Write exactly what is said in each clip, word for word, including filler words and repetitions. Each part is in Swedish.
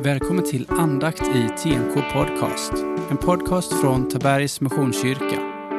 Välkommen till andakt i T M K Podcast. En podcast från Tabergs Missionskyrka.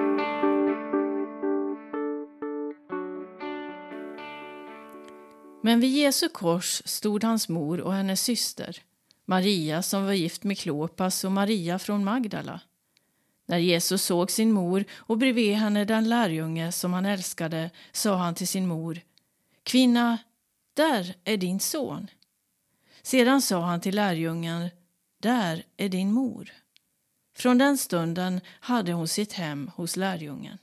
Men vid Jesu kors stod hans mor och hennes syster, Maria som var gift med Klopas och Maria från Magdala. När Jesus såg sin mor och bredvid henne den lärjunge som han älskade, sa han till sin mor: Kvinna, där är din son. Sedan sa han till lärjungen: Där är din mor. Från den stunden hade hon sitt hem hos lärjungen.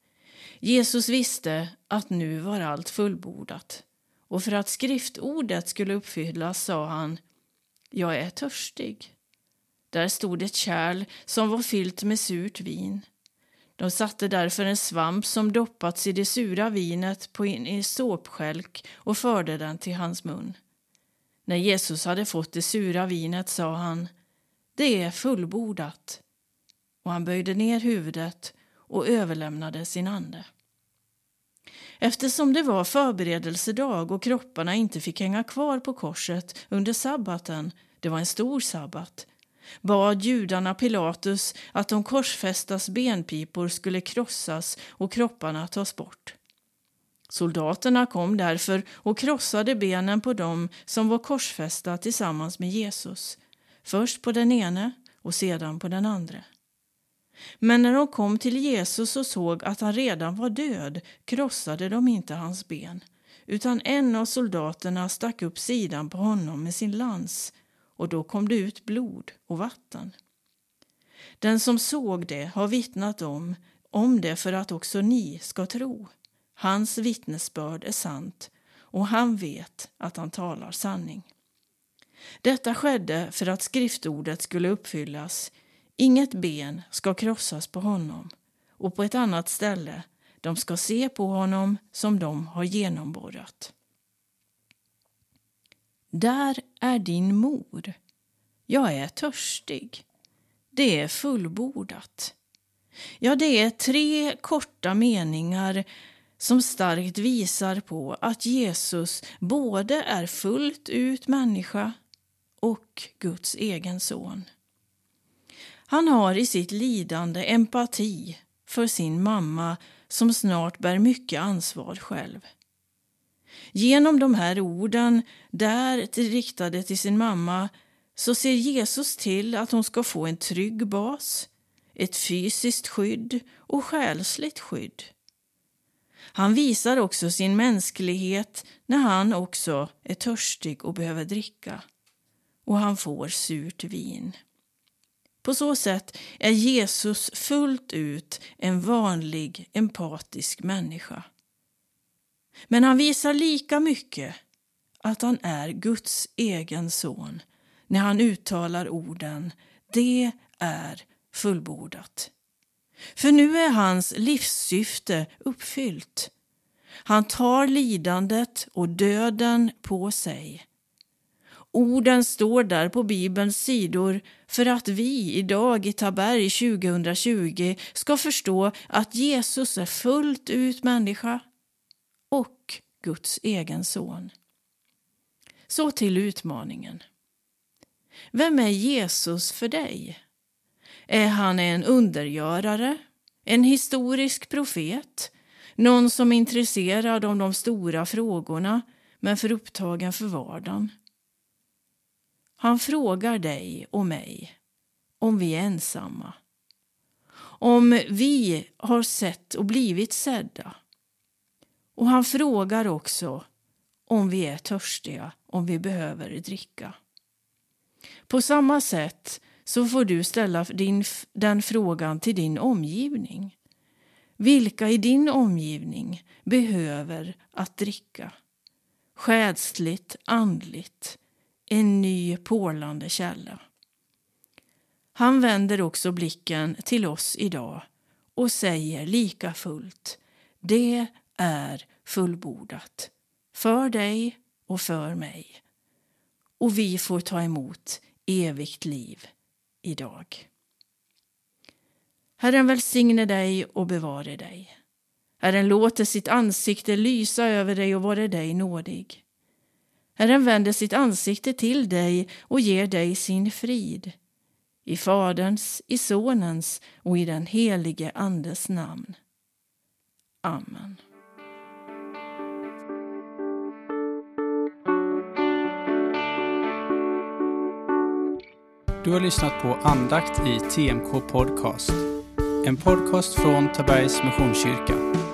Jesus visste att nu var allt fullbordat, och för att skriftordet skulle uppfyllas sa han: Jag är törstig. Där stod ett kärl som var fyllt med surt vin. De satte därför en svamp som doppats i det sura vinet på en såpskälk och förde den till hans mun. När Jesus hade fått det sura vinet sa han: Det är fullbordat. Och han böjde ner huvudet och överlämnade sin ande. Eftersom det var förberedelsedag och kropparna inte fick hänga kvar på korset under sabbaten, det var en stor sabbat, bad judarna Pilatus att de korsfästas benpipor skulle krossas och kropparna tas bort. Soldaterna kom därför och krossade benen på dem som var korsfästa tillsammans med Jesus, först på den ene och sedan på den andra. Men när de kom till Jesus och såg att han redan var död, krossade de inte hans ben, utan en av soldaterna stack upp sidan på honom med sin lans, och då kom det ut blod och vatten. Den som såg det har vittnat om, om det för att också ni ska tro. Hans vittnesbörd är sant, och han vet att han talar sanning. Detta skedde för att skriftordet skulle uppfyllas: Inget ben ska krossas på honom, och på ett annat ställe: De ska se på honom som de har genomborrat. Där är din mor. Jag är törstig. Det är fullbordat. Ja, det är tre korta meningar som starkt visar på att Jesus både är fullt ut människa och Guds egen son. Han har i sitt lidande empati för sin mamma som snart bär mycket ansvar själv. Genom de här orden där riktade till sin mamma så ser Jesus till att hon ska få en trygg bas, ett fysiskt skydd och själsligt skydd. Han visar också sin mänsklighet när han också är törstig och behöver dricka. Och han får surt vin. På så sätt är Jesus fullt ut en vanlig, empatisk människa. Men han visar lika mycket att han är Guds egen son när han uttalar orden: Det är fullbordat. För nu är hans livssyfte uppfyllt. Han tar lidandet och döden på sig. Orden står där på Bibelns sidor för att vi idag i Taberg tjugohundratjugo ska förstå att Jesus är fullt ut människa och Guds egen son. Så till utmaningen. Vem är Jesus för dig? Är han en undergörare, en historisk profet, någon som är intresserad av de stora frågorna men för upptagen för vardagen? Han frågar dig och mig om vi är ensamma, om vi har sett och blivit sedda. Och han frågar också om vi är törstiga, om vi behöver dricka. På samma sätt så får du ställa din, den frågan till din omgivning. Vilka i din omgivning behöver att dricka? Själsligt, andligt, en ny porlande källa. Han vänder också blicken till oss idag och säger lika fullt: Det är fullbordat. För dig och för mig. Och vi får ta emot evigt liv idag. Herren välsigne dig och bevare dig. Herren låter sitt ansikte lysa över dig och vara dig nådig. Herren vänder sitt ansikte till dig och ger dig sin frid. I Faderns, i Sonens och i den helige Andes namn. Amen. Du har lyssnat på andakt i T M K Podcast. En podcast från Tabergs Missionskyrka.